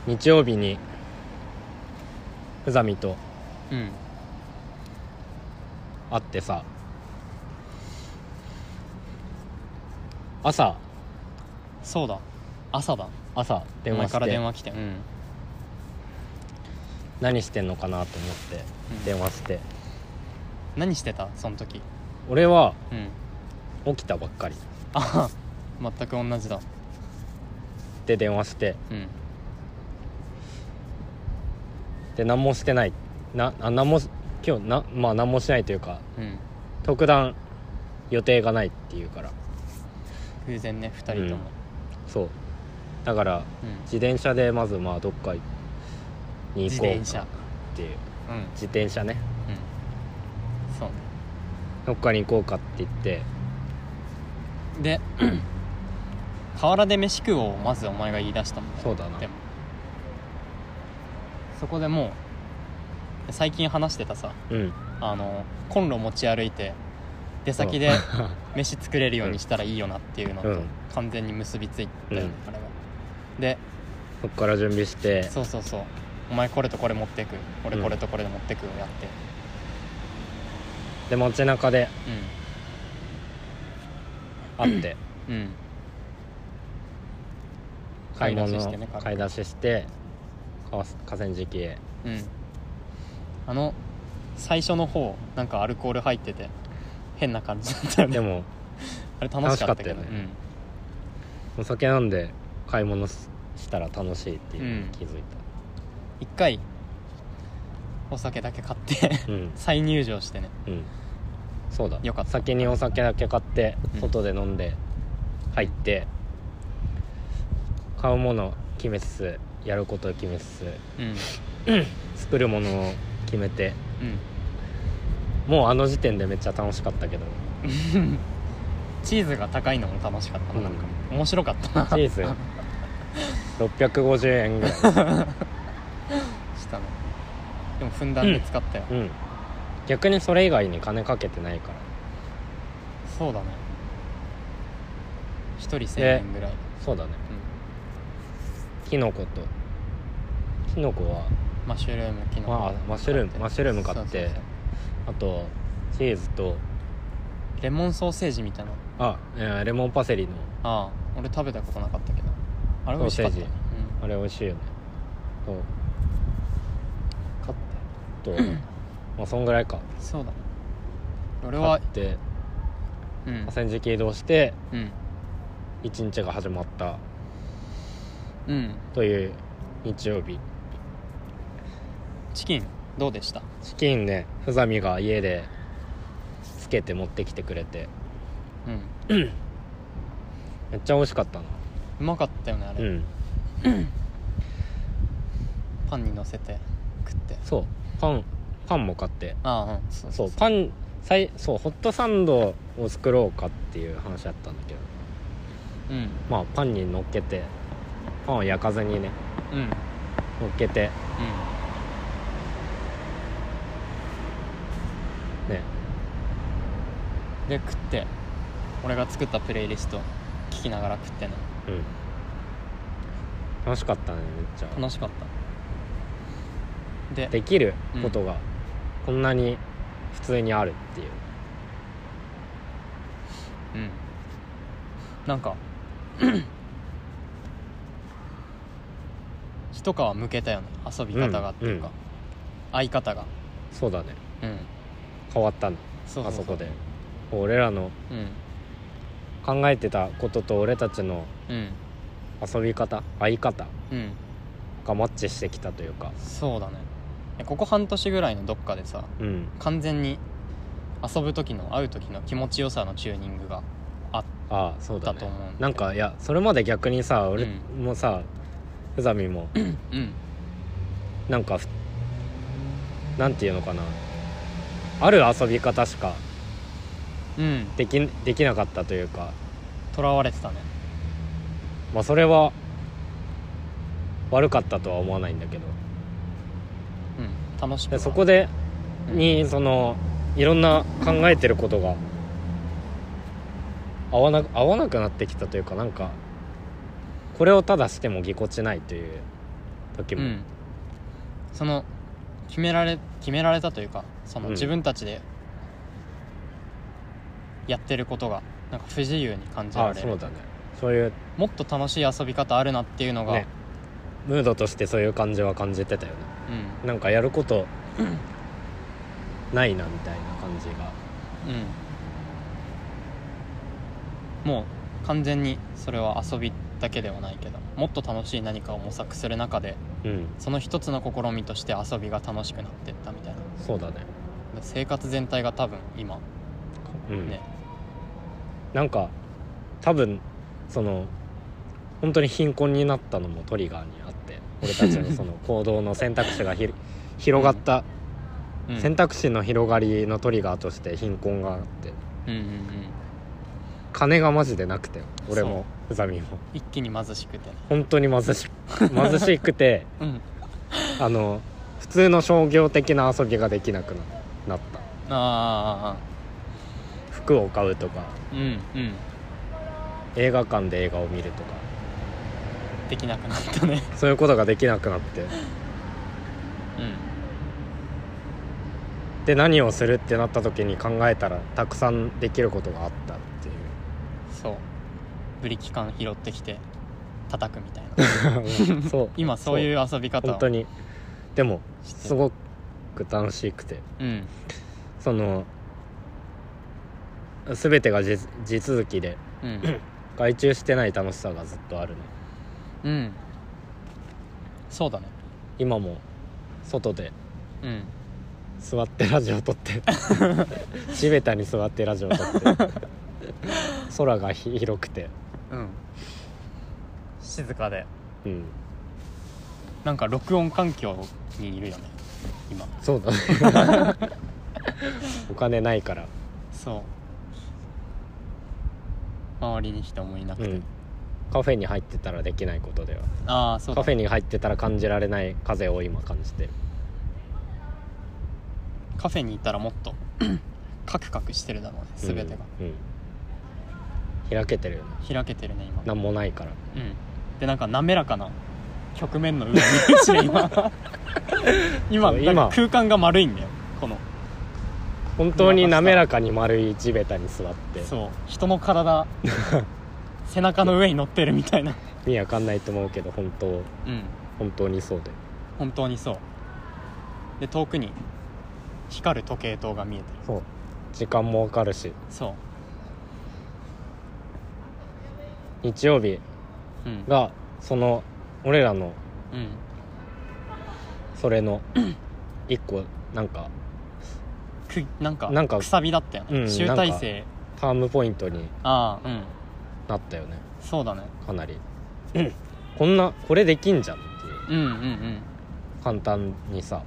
日曜日にふざみとうん会ってさ、朝そうだ朝だ電話してお前から電話来てうん何してんのかなと思って電話して、 何してたその時。 俺はうん起きたばっかりあ全く同じだ。 で電話して、 うんで何もしてない何も今日まあ何もしないというかうん特段予定がないっていうから、 偶然ね2人とも、 そうだからうん自転車でまずまあどっかに行こう自転車かっていううん自転車ねうんそうねどっかに行こうかって言ってで河原で飯食おうをまずお前が言い出したもんね。 そうだなでもそこでもう最近話してたさうんコンロ持ち歩いて出先で飯作れるようにしたらいいよなっていうのとうん完全に結びついたよね、 うんあれは。でそっから準備してそうお前これとこれ持ってく俺これとこれ持ってくをやってで街中で会ってうん買い物買い出ししてね買い出しして河川敷へうん最初の方なんかアルコール入ってて変な感じだったよね。 でもあれ楽しかったけど楽しかったよねお酒飲んで買い物したら楽しいっていうのに気づい一回お酒だけ買ってたうん再入場してね。 うんそうだよかった先にお酒だけ買ってうん外で飲んで入って買うもの決めつつやることを決めつつうん作るものを決めてもうあの時点でめっちゃ楽しかったけどチーズが高いのも楽しかったな、 うんなんか面白かったなチーズ650円ぐらいしたの。でもふんだんに使ったよ、 うん逆にそれ以外に金かけてないからそうだね1人1000円ぐらい、 そうだねキノコはマッシュルームキノコマッシュルーム買ってそうあとチーズとレモンソーセージみたいなレモンパセリの俺食べたことなかったけどあれ美味しかったソーセージあれ美味しいよねそう買ってとまあそんぐらいかそうだね俺買はってうん河川敷移動してうん一日が始まったうんという日曜日。 チキンどうでした？ チキンねふざみが家でつけて持ってきてくれてうんめっちゃ美味しかったなうまかったよねあれ、 うんパンに乗せて食ってそうパンも買ってそうホットサンドを作ろうかっていう話だったんだけどうんまあパンに乗っけてパンを焼かずにねうん乗っけてねで食って俺が作ったプレイリスト聞きながら食ってねうん楽しかったねめっちゃ楽しかったでできることがこんなに普通にあるっていうなんか一皮むけたよね遊び方がっていうか、相方がそうだねうん変わったのそうあそこで俺らの考えてたことと俺たちのうん遊び方相方うんがマッチしてきたというかそうだねここ半年ぐらいのどっかでさうん完全に遊ぶ時の会う時の気持ちよさのチューニングがああそうだねだと思うんだけどなんかいやそれまで逆にさ俺もさふざみもうんなんかなんていうのかなある遊び方しかうんできなかったというか囚われてたねまあそれは悪かったとは思わないんだけどうん楽しくはでそこでうんにそのいろんな考えてることが合わなくなってきたというかなんかこれをただしてもぎこちないという時も、 うんその決められたというか、そのうん自分たちでやってることがなんか不自由に感じられる。 そうだね、そういうもっと楽しい遊び方あるなっていうのが、 ねムードとしてそういう感じは感じてたよね。なんかやることないなみたいな感じが、 もう完全にそれは遊びだけではないけど、もっと楽しい何かを模索する中でその一つの試みとして遊びが楽しくなっていったみたいな。 そうだね。 生活全体が多分今、ね、 なんか多分その本当に貧困になったのもトリガーにあって、俺たちのその行動の選択肢が広がった、選択肢の広がりのトリガーとして貧困があって、金がマジでなくて、俺もうざみも一気に貧しくて、 本当に貧しくて、普通の商業的な遊びができなくなった。服を買うとか、映画館で映画を見るとかできなくなったね。 そういうことができなくなって、で何をするってなった時に考えたらたくさんできることがあったっていう。 そう、ブリキ缶拾ってきて叩くみたいなそう今そういう遊び方を本当にでもすごく楽しくて、その全てが地続きで、外注してない楽しさがずっとあるね。 そうだね。 今も外で座ってラジオ撮って地べたに座ってラジオ撮って空が広くて、 静かで、なんか録音環境にいるよね今。 そうだねお金ないから。 そう、周りに人もいなくて、 カフェに入ってたらできないことでは、 そうだね、 カフェに入ってたら感じられない風を今感じてる。 カフェにいたらもっとカクカクしてるだろうね、全てが、 開けてるよね。 開けてるね今。 なんもないから、 でなんか滑らかな曲面の上にいるしね今なんか空間が丸いんだよ、この本当に滑らかに丸い地べたに座って、 そう人の体背中の上に乗ってるみたいな意味わかんないと思うけど本当にそうで、 本当にそう。で遠くに光る時計塔が見えてる。 そう、時間もわかるし。 そう、 日曜日がその俺らのそれの一個なんかくさびだったよね、集大成タームポイントになったよね。 そうだね、 かなりこれできんじゃんっていう、簡単にさ、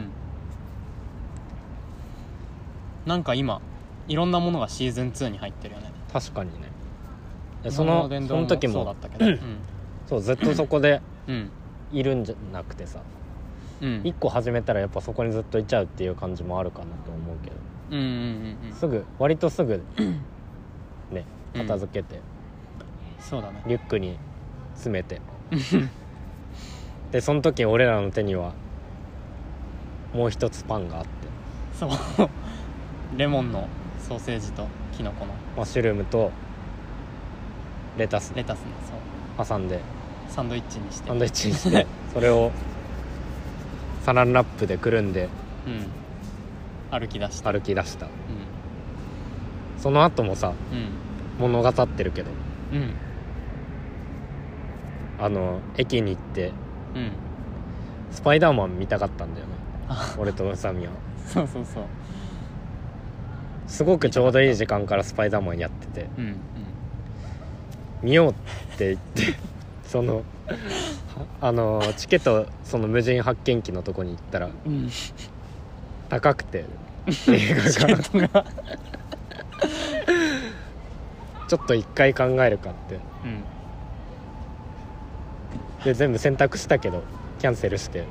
なんか今いろんなものがシーズン2に入ってるよね。 確かにね。その時もそうだったけど、 そうずっとそこでいるんじゃなくてさ、一個始めたらやっぱそこにずっといちゃうっていう感じもあるかなと思うけど、割とすぐね片付けて、 そうだね、 リュックに詰めてでその時俺らの手にはもう一つパンがあって、 そうレモンのソーセージとキノコのマッシュルームとレタスね、そう挟んでサンドイッチにしてそれをサランラップでくるんで、 歩き出した、 その後もさ、物語ってるけど、駅に行って、スパイダーマン見たかったんだよね俺と宇佐美は。 そうすごくちょうどいい時間からスパイダーマンやってて、見ようって言ってそのチケットその無人発券機のとこに行ったら、高くて映画がちょっと一回考えるかって、で全部選択したけどキャンセルして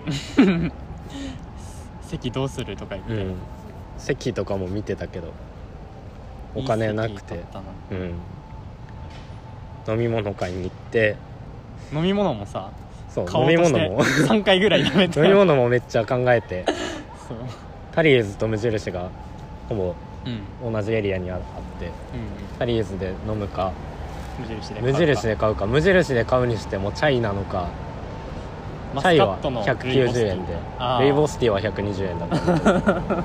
席どうするとか言って、 席とかも見てたけどお金なくて、飲み物買いに行って、 飲み物もさそう買おうとして飲み物も 3回ぐらいやめた飲み物もめっちゃ考えてそう、 タリーズと無印がほぼうん同じエリアにあってうんタリーズで飲むか無印で無印で買うか無印で買うにしてもチャイなのかマチャイはスカットの 190円でルイボスティーは120円だったんだけどそうそうそう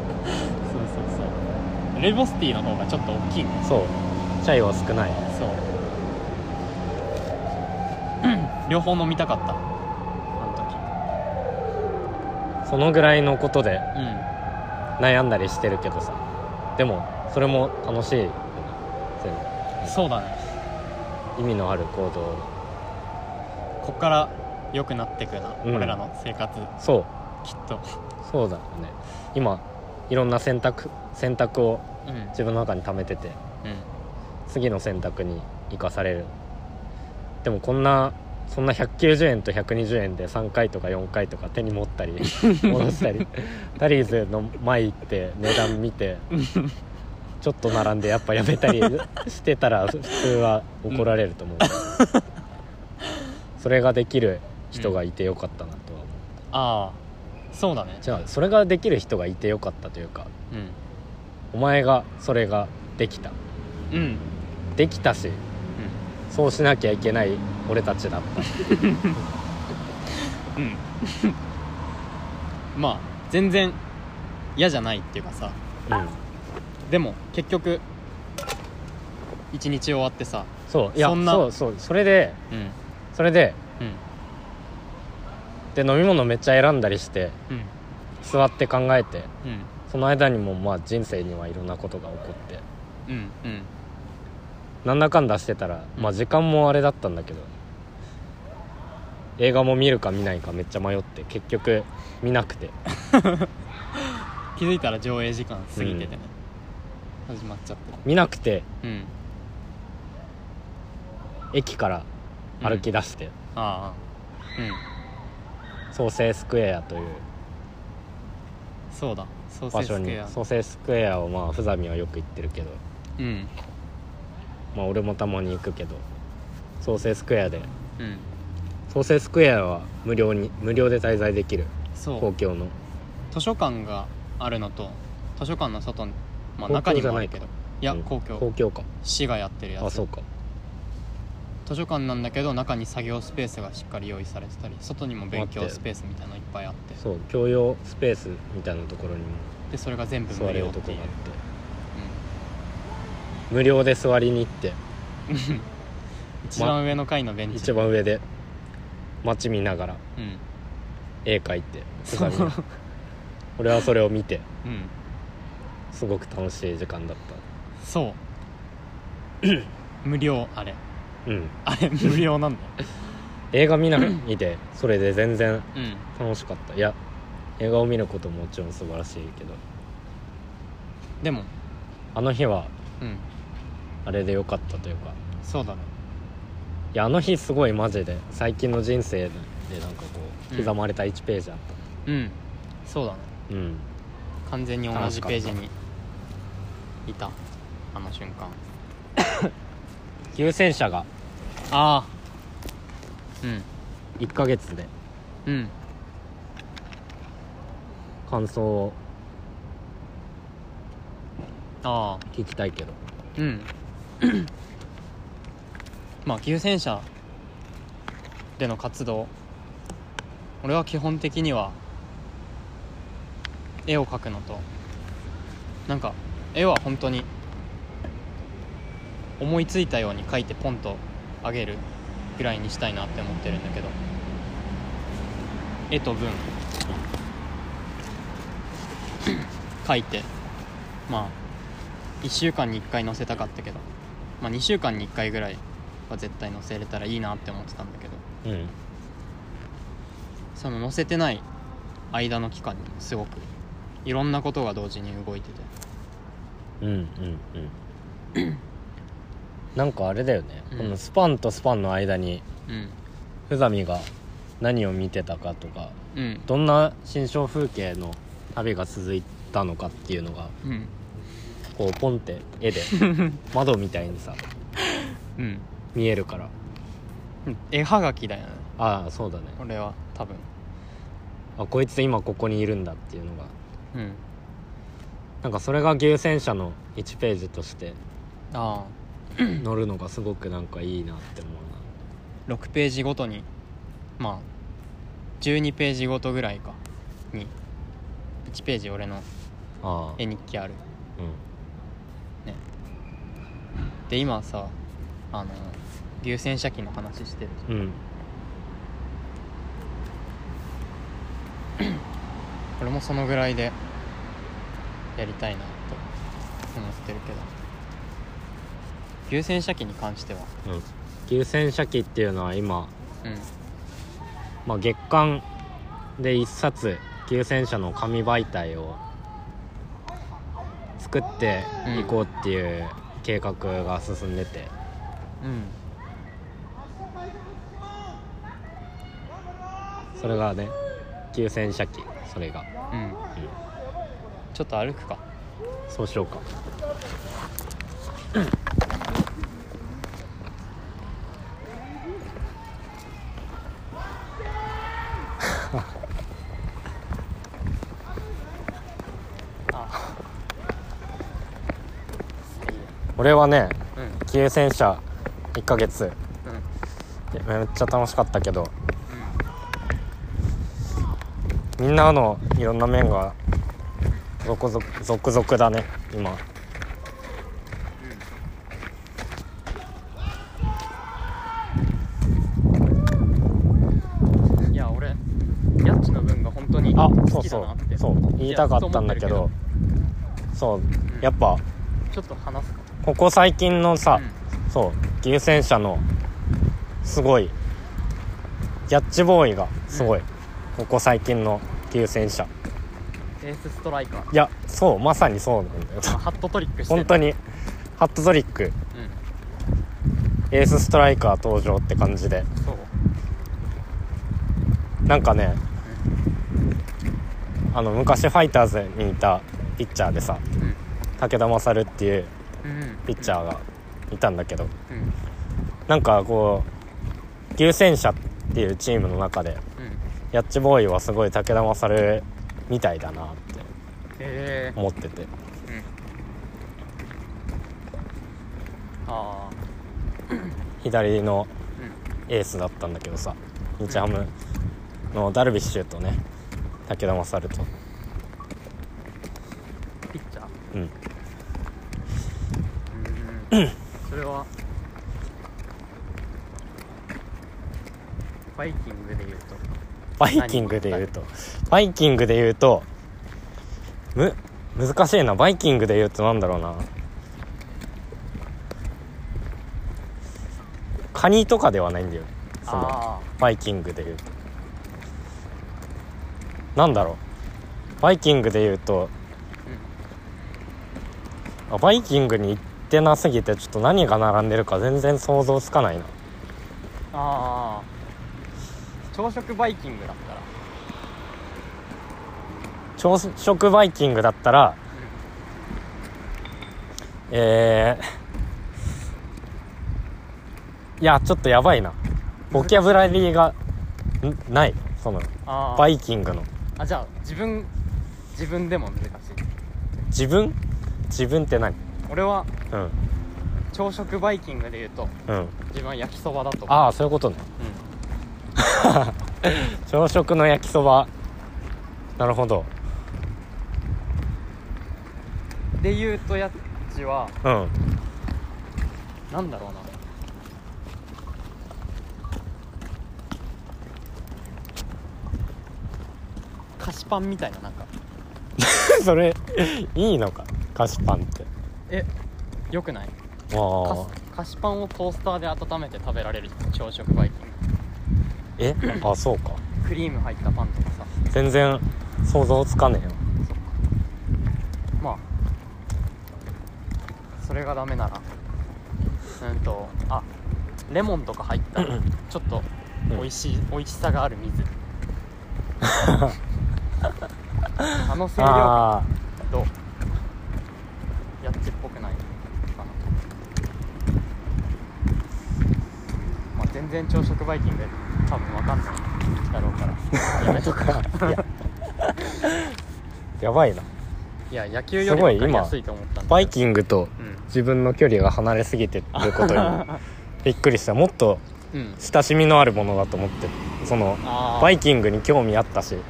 ルイボスティーの方がちょっと大きいね。 そうチャイは少ないそう両方飲みたかったあのそのぐらいのことで時。 悩んだりしてるけどさでもそれも楽しいよねそういうのうんそうだね。 意味のある行動こっから良くなってくな、 うん俺らの生活そうきっと。 そうだよね今いろんな選択をうん自分の中に溜めててうん次の選択に生かされるでもそんな190円と120円で3回とか4回とか手に持ったり戻したりタリーズの前行って値段見てちょっと並んでやっぱやめたりしてたら普通は怒られると思う、それができる人がいてよかったなとは思う、 ああそうだね。 じゃあそれができる人がいてよかったというかうんお前がそれができたうんできたしそうしなきゃいけない俺たちだったうんまあ全然嫌じゃないっていうかさ、 うんでも結局一日終わってさ、 そういやそんなそうそれでうんうんうんで飲み物めっちゃ選んだりしてうん座って考えてうんその間にもまあ人生にはいろんなことが起こってうんうんなんだかんだしてたらまあ時間もあれだったんだけど映画も見るか見ないかめっちゃ迷って結局見なくて気づいたら上映時間過ぎててね、始まっちゃって見なくてうん駅から歩き出して、 ああ創生スクエアというそうだソーセ場所ースクエアに創生スクエアをまあふざみはよく行ってるけどうんまあ俺もたまに行くけど創生スクエアでうん創生スクエアは無料で滞在できるそう公共の図書館があるのと図書館の外、まあ、 公中共じゃないかにもあるけどいや、 うん公共公共か市がやってるやつあそうか図書館なんだけど中に作業スペースがしっかり用意されてたり外にも勉強スペースみたいなのいっぱいあってそう共用スペースみたいなところにもでそれが全部座無料っていうれるとこがあって無料で座りに行ってうん一番上の階のベンチ一番上で街見ながらうん絵描いてふざみが俺はそれを見てうんすごく楽しい時間だったそう無料あれうん無料なんだよ映画見ないでそれで全然うん楽しかったいや映画を見ることももちろん素晴らしいけどでもあの日はうんあれでよかったというかそうだねいやあの日すごいマジで最近の人生でなんかこううん刻まれた1ページあっうんそうだねたうん完全に同じページにいたあの瞬間急戦車がああうん 1ヶ月でうん感想をああ聞きたいけどうんまあ牛戦車での活動俺は基本的には絵を描くのとなんか絵は本当に思いついたように描いてポンとあげるぐらいにしたいなって思ってるんだけど絵と文描いてまあ1週間に1回載せたかったけどまあ2週間に1回ぐらいは絶対載せれたらいいなって思ってたんだけどうんその載せてない間の期間にすごくいろんなことが同時に動いててうんうんうんなんかあれだよね、 うんこのスパンとスパンの間にうんふざみが何を見てたかとかうんどんな新象風景の旅が続いたのかっていうのがうんこうポンって絵で窓みたいにさうん見えるから絵はがきだよねああそうだね。 俺は多分。 あ、こいつ今ここにいるんだっていうのが、 うん。 なんかそれが牛戦車の1ページとしてあ載るのがすごくなんかいいなって思うあ、6ページごとに、まあ12ページごとぐらいかに1ページ俺のな。ああ、 絵日記あるうんね。で今さ、牛戦車機の話してるじゃん。 うん俺もそのぐらいでやりたいなと思ってるけど、牛戦車機に関しては、 うん。牛戦車機っていうのは今、 うんまあ、月間で1冊牛戦車の紙媒体を作っていこうっていう計画が進んでて、 うんそれがね牛戦車機、それが、 うん、 うん、 ちょっと歩くか。 そうしようか。 あ俺はねうん牛戦車1ヶ月うんめっちゃ楽しかったけど、みんなのいろんな面が続々だね今。 いや俺ヤッチの分が本当にあ、 好そうそきだなってうそう言いたかったんだけど、そうやっぱちょっと話すか。 ここ最近のさ、 うんそう牛戦車のすごいヤッチボーイがすごい、ここ最近の牛戦車、 エースストライカー、 いやそうまさにそうなんだよハットトリックしてる本当にハットトリック、 うんエースストライカー登場って感じで、 そうなんかね、昔ファイターズにいたピッチャーでさ、 うん武田勝っていううんピッチャーがいたんだけど、 うんなんかこう牛戦車っていうチームの中でうんヤッチボーイはすごい武田勝みたいだなって思ってて、 うんああ左のうんエースだったんだけどさ、日ハムのダルビッシュとね武田勝と、 ピッチャーうんそれはバイキングで言うとバイキングで言うと難しいな。バイキングで言うとなんだろうな、カニとかではないんだよね、そのあバイキングで言うとなんだろう。バイキングで言うと、バイキングに行ってなすぎてちょっと何が並んでるか全然想像つかないな。 あ朝食バイキングだったら朝食バイキングだったら、いやちょっとやばいな、ボキャブラリーがないそのあバイキングの。 あじゃあ自分でも難しい。 自分って何？ 俺はうん朝食バイキングで言うとうん自分は焼きそばだと思う。 ああそういうことね。朝食の焼きそば、なるほど。 で言うとやっちはうんなんだろうな、菓子パンみたいな、なんかそれいいのか、菓子パンって。 よくない？ あ菓子パンをトースターで温めて食べられる朝食バイキング。 あそうか、 クリーム入ったパンとかさ。 全然想像つかねえよ。 まあそれがダメならレモンとか入ったちょっと美味しさがある水あの清涼感とやっちっぽくないかな。まあ全然朝食バイキング多分わかんないだろうからやめとくかいややばいな。 いや野球より分かりやすいと思ったんだけどバイキングと自分の距離が離れすぎてることにびっくりした。もっとうん親しみのあるものだと思って、そのバイキングに興味あったし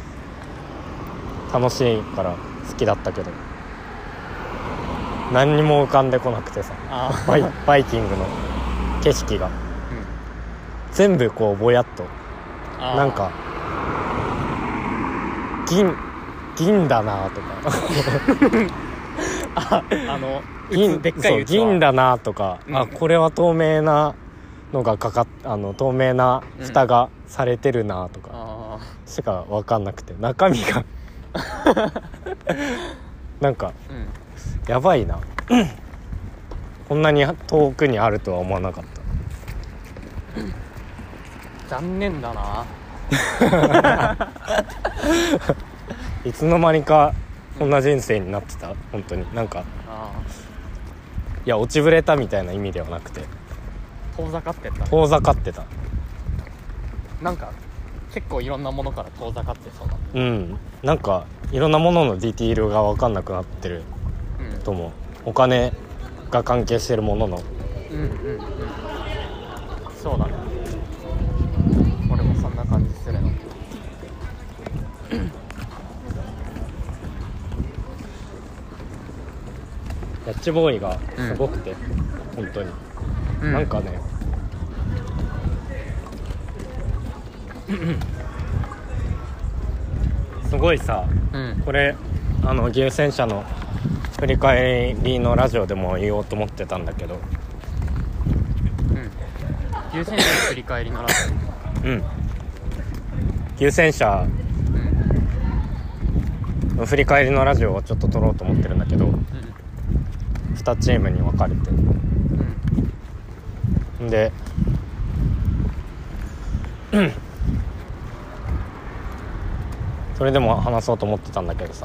楽しいから好きだったけど、何にも浮かんでこなくてさ、バイキングの景色が全部こうぼやっとなんか銀だなとか銀でっかい銀だなとか、 うんこれは透明なのが透明な蓋がされてるなとかしか分かんなくて、中身がなんかやばいなこんなに遠くにあるとは思わなかった。 残念だないつの間にかこんな人生になってた。本当になんかいや落ちぶれたみたいな意味ではなくて遠ざかってたなんか結構いろんなものから遠ざかってそうだね。 なんかいろんなもののディティールが分かんなくなってると思う。お金が関係してるもののそうだね。俺もそんな感じするの。 ヤッチボーイがすごくて、本当に、なんかねすごいさ、これ牛戦車の振り返りのラジオでも言おうと思ってたんだけど、 牛戦車の振り返りのラジオ牛戦車の振り返りのラジオをちょっと撮ろうと思ってるんだけど、2チームに分かれて、でそれでも話そうと思ってたんだけどさ、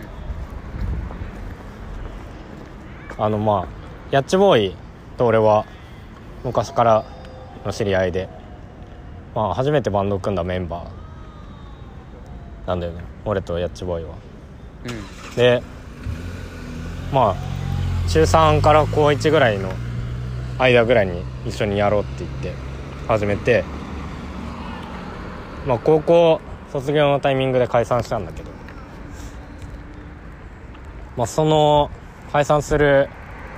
ヤッチボーイと俺は昔からの知り合いで、初めてバンドを組んだメンバーなんだよね、俺とヤッチボーイは。で中3から高1ぐらいの間ぐらいに一緒にやろうって言って始めて、高校卒業のタイミングで解散したんだけど、その解散する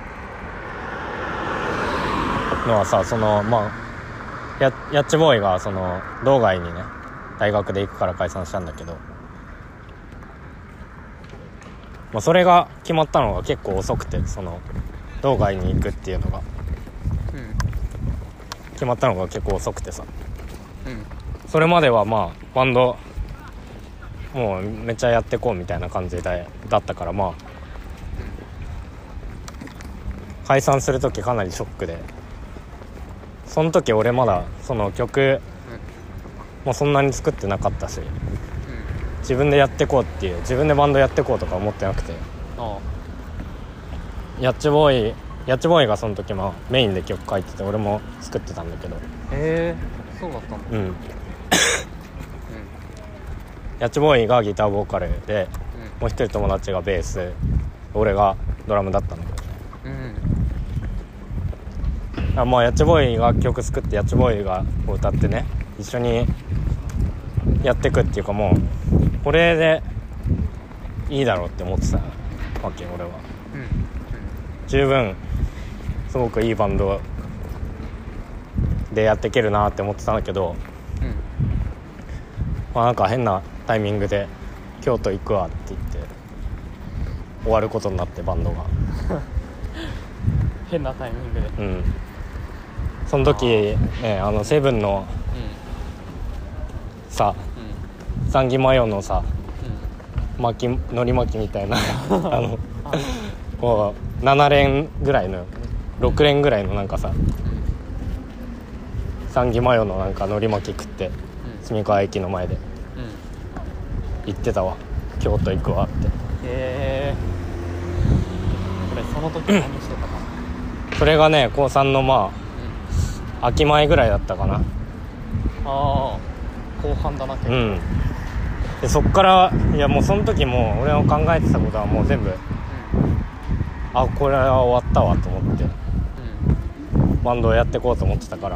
のはさ、ヤッチボーイが道外にね大学で行くから解散したんだけど、それが決まったのが結構遅くて、道外に行くっていうのが、決まったのが結構遅くてさ、それまではバンドもうめっちゃやってこうみたいな感じだったから、解散する時かなりショックで、その時俺まだその曲もそんなに作ってなかったし、自分でやってこうっていう、自分でバンドやってこうとか思ってなくて、ヤッチボーイがその時メインで曲書いてて、俺も作ってたんだけど、 そうだったんだ。 ヤッチボーイがギターボーカルで、もう一人友達がベース、俺がドラムだったんだけど、ヤッチボーイが曲作って、ヤッチボーイが歌ってね、一緒にやってくっていうか、もうこれでいいだろうって思ってたわけ俺は。十分すごくいいバンドでやっていけるなって思ってたんだけど、なんか変なタイミングで京都行くわって言って終わることになって、バンドが変なタイミングで。 その時セブンのさ、三義マヨのさ、海苔巻きみたいなこう7連ぐらいの6連ぐらいのなんかさ、三義マヨのなんか海苔巻き食って住川駅の前で言ってたわ、京都行くわって。 これその時何してたかな。 それがね高3の秋前ぐらいだったかな。 あ後半だな結構、 でそっからいやもうその時もう俺の考えてたことはもう全部、あこれは終わったわと思って、バンドをやっていこうと思ってたから、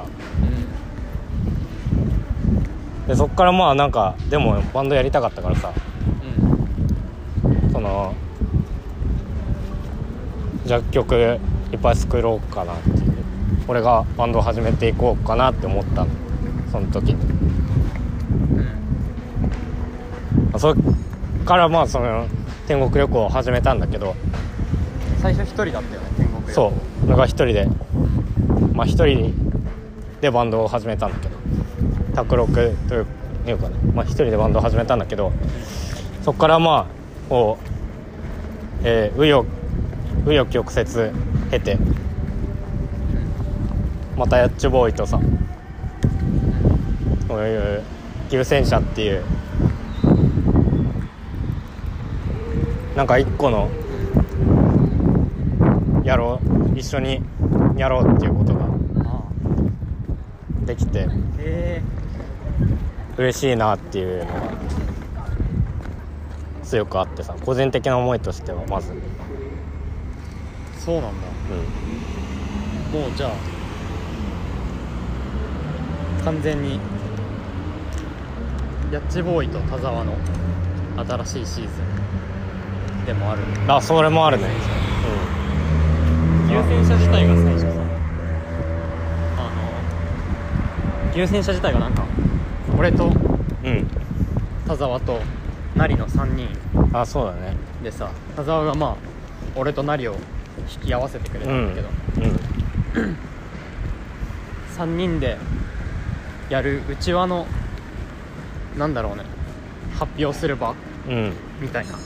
でそっからまあなんかでもバンドやりたかったからさ、そのじゃあ曲いっぱい作ろうかなっていう、俺がバンドを始めていこうかなって思ったのその時に、それからまあその天国旅行を始めたんだけど、 最初一人だったよね天国旅行。 そう俺が一人でまあ一人でバンドを始めたんだけど、卓録というかね、まあ一人でバンドを始めたんだけど、そっからまあこう紆余曲折経て、またヤッチボーイとさ、こういう牛戦車っていうなんか一個の一緒にやろうっていうことができて嬉しいなっていうのが強くあってさ、個人的な思いとしてはまずそうなんだ、もうじゃあ完全にヤッチボーイと田沢の新しいシーズンでもある。 あそれもあるね、 牛戦車自体が最初さ、牛戦車自体がなんか俺と田沢と成の3人あそうだねでさ、田沢がまあ俺と成を引き合わせてくれたんだけど、3人でやるうちわのなんだろうね、発表する場、みたいな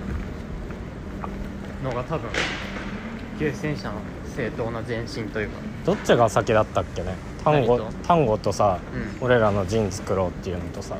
のが多分牛戦車の正当な前進というか。 どっちが先だったっけね、単語とさ、俺らの陣作ろうっていうのとさ、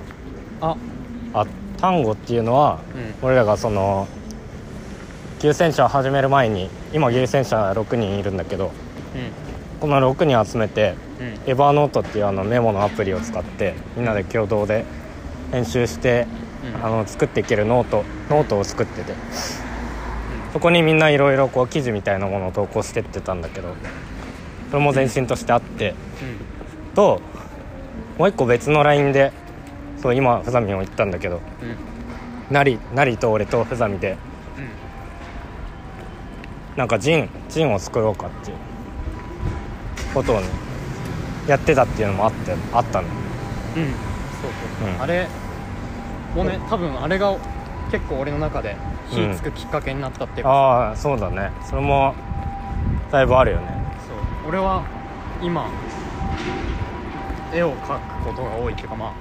単語っていうのは、俺らがその牛戦車を始める前に、今牛戦車6人いるんだけど、この6人集めて、エバーノートっていうメモのアプリを使ってみんなで共同で編集して、作っていけるノートを作ってて、そこにみんないろいろ記事みたいなものを投稿してってたんだけど、それも前進としてあって、ともう一個別の LINE で、そう今ふざみを言ったんだけど、なりと俺とふざみで、なんかジンを作ろうかっていうことをねやってたっていうのもあったの。 あれもね、多分あれが結構俺の中で火つくきっかけになったっていうか、 そうだね、それもだいぶあるよね。 そう俺は今絵を描くことが多いっていうか、まあ、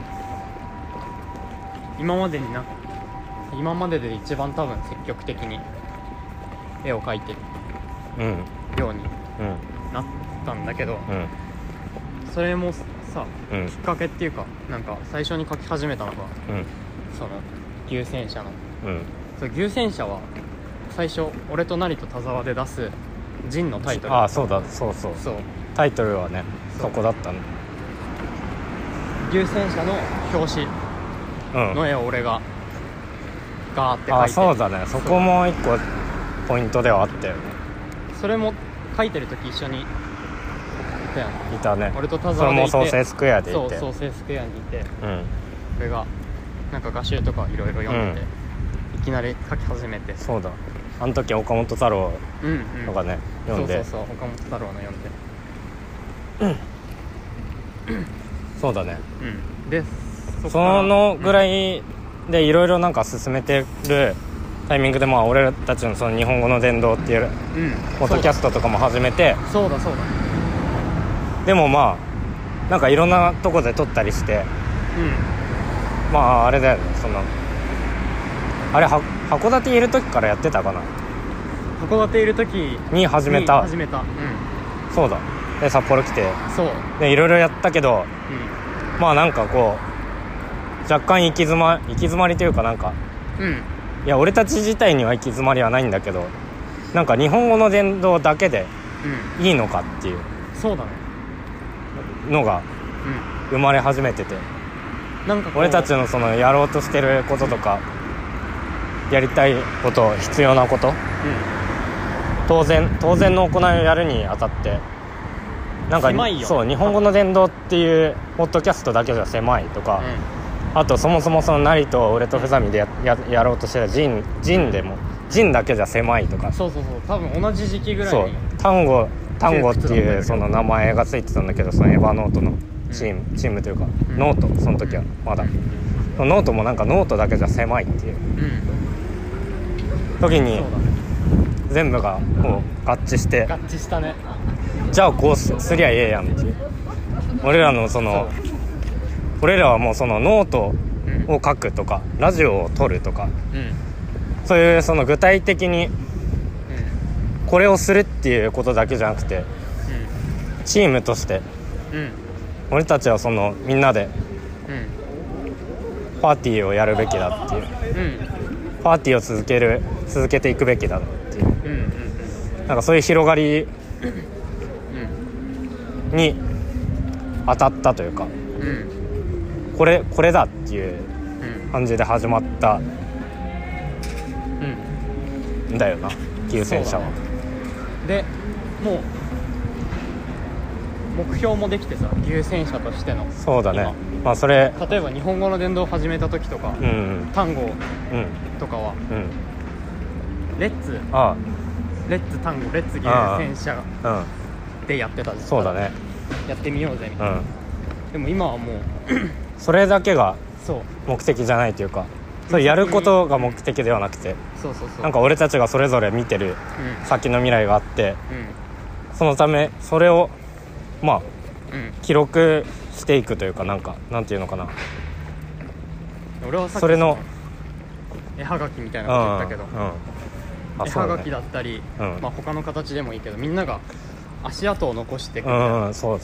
今までで一番多分積極的に絵を描いてるようになったんだけど、それもさ、きっかけっていうか、なんか最初に描き始めたのが、その牛戦車の、牛戦車は最初俺と成と田沢で出すジンのタイトル。 そうタイトルはねそこだったの。 牛戦車の表紙の絵を俺がガーって描いて、 そうだね、そこも一個ポイントではあったよね。 それも描いてる時一緒にいたね。 俺と田沢でいて、 それも創生スクエアでいて、 創生スクエアにいて、俺がなんか画集とかいろいろ読んでて、いきなり描き始めて。 そうだ、あの時岡本太郎とかね、読んで、 そう岡本太郎の読んでそうだね、 でそのぐらいでいろいろなんか進めてるタイミングで、まあ俺たちのその日本語の伝道っていうポッドキャストとかも始めて、 そうだでもまあなんかいろんなとこで撮ったりして、まああれだよね、そのあれ函館いる時からやってたかな。 函館いる時に始めた、そうだ。で札幌来て、でいろいろやったけど、まあなんか若干行き詰まりというか、なんか、いや俺たち自体には行き詰まりはないんだけど、なんか日本語の伝道だけでいいのかっていうそうだねのが生まれ始めてて、 なんか俺たちのそのやろうとしてることとか、やりたいこと、必要なこと、当然の行いをやるにあたってなんか狭いよね。 そう、日本語の伝道っていうポッドキャストだけじゃ狭いとか、あとそもそもそのナリと俺とフザミでやろうとしてたジンでもジンだけじゃ狭いとか、 そう多分同じ時期ぐらいそうに単語っていうその名前がついてたんだけど、そのエヴァノートのチームというか、ノート、その時はまだ、ノートもなんかノートだけじゃ狭いっていう時に、全部がこう合致したね。 じゃあこうすりゃええやんっていう、俺らはもうそのノートを書くとか、ラジオを撮るとか、そういうその具体的にこれをするっていうことだけじゃなくて、チームとして俺たちはそのみんなでパーティーをやるべきだっていう、パーティーを続けていくべきだっていう、なんかそういう広がりに当たったというか、これだっていう感じで始まったんだよな、牛戦車は。 でもう目標もできてさ、牛戦車としての。 そうだね。まあそれ例えば日本語の伝道を始めた時とか、単語とかは、レッツ単語レッツ牛戦車でやってた。 そうだね、 やってみようぜみたいな、でも今はもうそれだけが目的じゃないというか、それやることが目的ではなくて、なんか俺たちがそれぞれ見てる先の未来があって、そのためそれをまあ、記録していくというか、なんていうのかな、 俺はさっきそれの絵はがきみたいなこと言ったけど、絵はがきだっったり、まあ、他の形でもいいけど、みんなが足跡を残していくみたいな、そう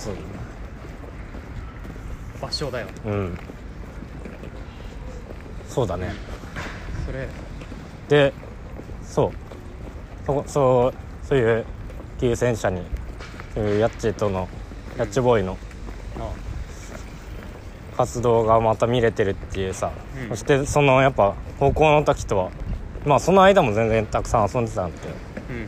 場所だよね。 そうだね。 それでそういう牛戦車にヤッチボーイの活動がまた見れてるっていうさ、そしてそのやっぱ高校の時とは、まあその間も全然たくさん遊んでたんだけど、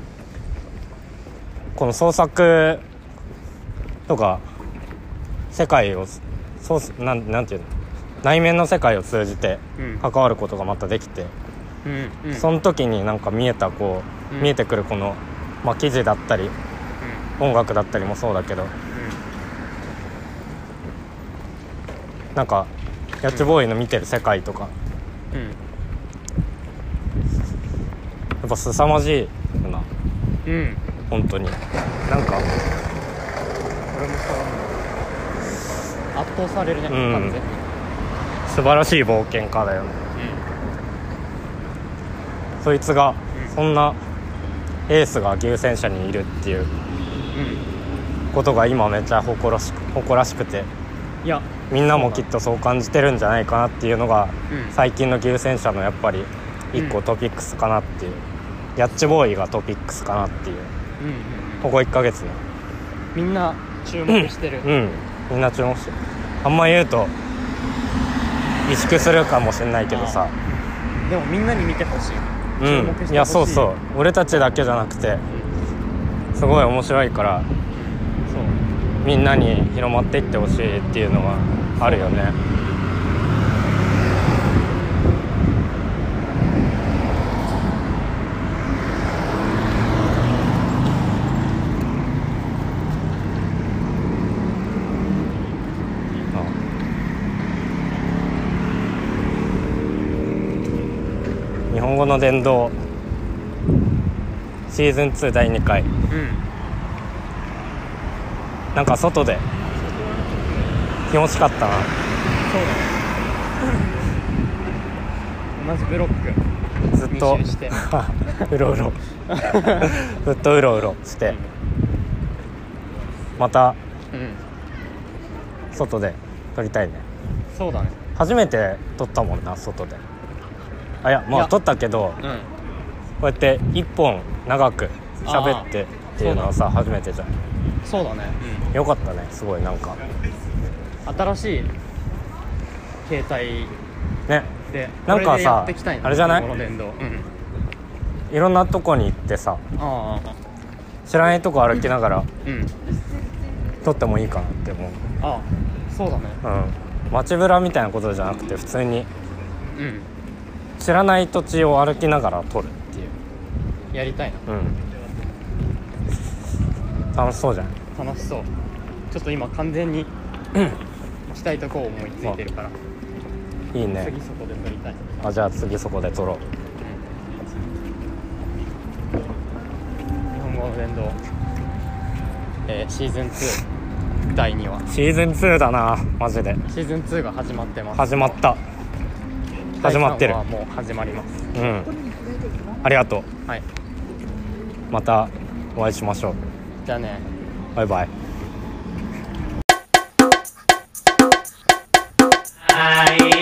この創作とか世界をなんていうの、内面の世界を通じて関わることがまたできて、その時になんか見えてくるこの、まあ、記事だったり、音楽だったりもそうだけど、なんかヤッチボーイの見てる世界とか、やっぱ凄まじいよな、本当に。なんか俺もそう圧倒されるね、完全に。 素晴らしい冒険家だよね、そいつが、そんなエースが牛戦車にいるっていうことが今めっちゃ誇らしくて、 いやみんなもきっとそう感じてるんじゃないかなっていうのが、最近の牛戦車のやっぱり一個トピックスかなっていう、ヤッチボーイがトピックスかなっていう、ここ1ヶ月ねみんな注目してる、 みんな注目してる。あんま言うと萎縮するかもしれないけどさ、 でもみんなに見てほしい、注目してほしい。 いやそう俺たちだけじゃなくて、すごい面白いから、みんなに広まっていってほしいっていうのはあるよね。日本語の伝道シーズン2第2回、なんか外で気持ちかったな。 そうだね同じブロックずっと 2周してうろうろずっとうろうろして、また外で撮りたいね。 そうだね、 初めて撮ったもんな、外で。いやまあ撮ったけど、こうやって一本長く喋ってっていうのはさ、初めてじゃん。 そうだね、 よかったね、すごい。なんか新しい携帯ね、 でなんかさこれでやっていきたいな、 あれじゃないこの電動。 いろんなとこに行ってさ、 ああ、 知らないとこ歩きながらうん撮ってもいいかなって思う。 ああ、そうだね。 街ブラみたいなことじゃなくて普通にうん知らない土地を歩きながら撮るっていう。 やりたいな。 楽しそうじゃん。 楽しそう。ちょっと今完全に行きたいとこ思いついてるから、 いいね。 次そこで撮りたい。 じゃあ次そこで撮ろう。 日本語の電動、シーズン2第2話。 シーズン2だな、マジで。 シーズン2が始まってます。 始まった。始まってる。 第3話はもう始まります。 ありがとう。 はい、 またお会いしましょう。 じゃあね。 バイバイ。 はい。